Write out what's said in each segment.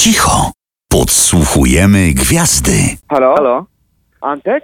Cicho. Podsłuchujemy gwiazdy. Halo? Halo? Antek?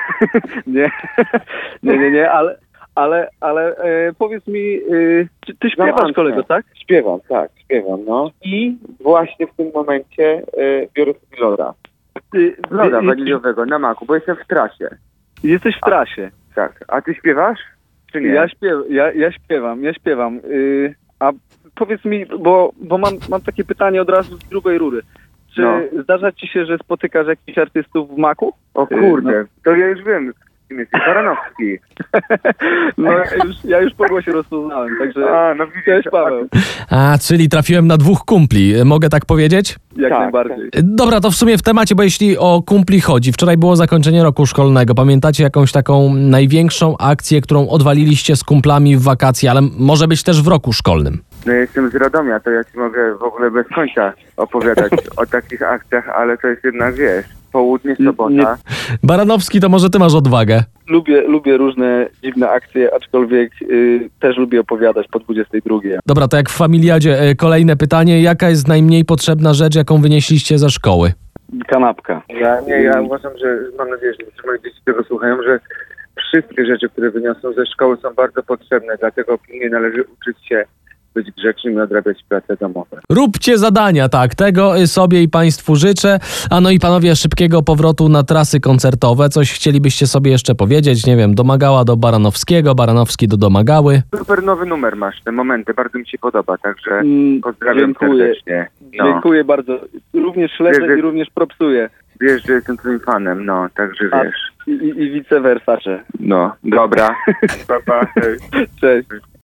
Nie, ale powiedz mi, ty śpiewasz, Antek. kolego, tak? Śpiewam, no. I właśnie w tym momencie biorę sobie loda. Loda waniliowego na maku, bo jestem w trasie. Jesteś w trasie. Tak. A ty śpiewasz? Czy nie? Ja śpiewam. A powiedz mi, bo mam takie pytanie od razu z grubej rury. Czy zdarza ci się, że spotykasz jakichś artystów w maku? O kurde, to ja już wiem, kim jesteś. Baranowski. No ja już po głosie rozpoznałem, także widzisz. cześć, Paweł. Czyli trafiłem na dwóch kumpli. Mogę tak powiedzieć? Jak Tak, najbardziej. Dobra, to w sumie w temacie, bo jeśli o kumpli chodzi, wczoraj było zakończenie roku szkolnego. Pamiętacie jakąś taką największą akcję, którą odwaliliście z kumplami w wakacje, ale może być też w roku szkolnym? No ja jestem z Radomia, to ja ci mogę w ogóle bez końca opowiadać o takich akcjach, ale to jest jednak, wiesz, południe, sobota. Baranowski, to może ty masz odwagę. Lubię różne dziwne akcje, aczkolwiek też lubię opowiadać po 22. Dobra, to jak w familiadzie, kolejne pytanie. Jaka jest najmniej potrzebna rzecz, jaką wynieśliście ze szkoły? Kanapka. Ja uważam, że mam nadzieję, że moje dzieci tego słuchają, że wszystkie rzeczy, które wyniosą ze szkoły, są bardzo potrzebne, dlatego pilnie należy uczyć się być grzecznym i odrabiać prace domowe. Róbcie zadania, tak. Tego sobie i państwu życzę. No i panowie, szybkiego powrotu na trasy koncertowe. Coś chcielibyście sobie jeszcze powiedzieć? Nie wiem, Domagała do Baranowskiego, Baranowski do Domagały. Super nowy numer masz, te momenty, bardzo mi się podoba, także pozdrawiam serdecznie. Dziękuję bardzo. Również śledzę i również propsuję. Wiesz, że jestem twoim fanem, także wiesz. I vice versa. Dobra. Pa, cześć. Cześć.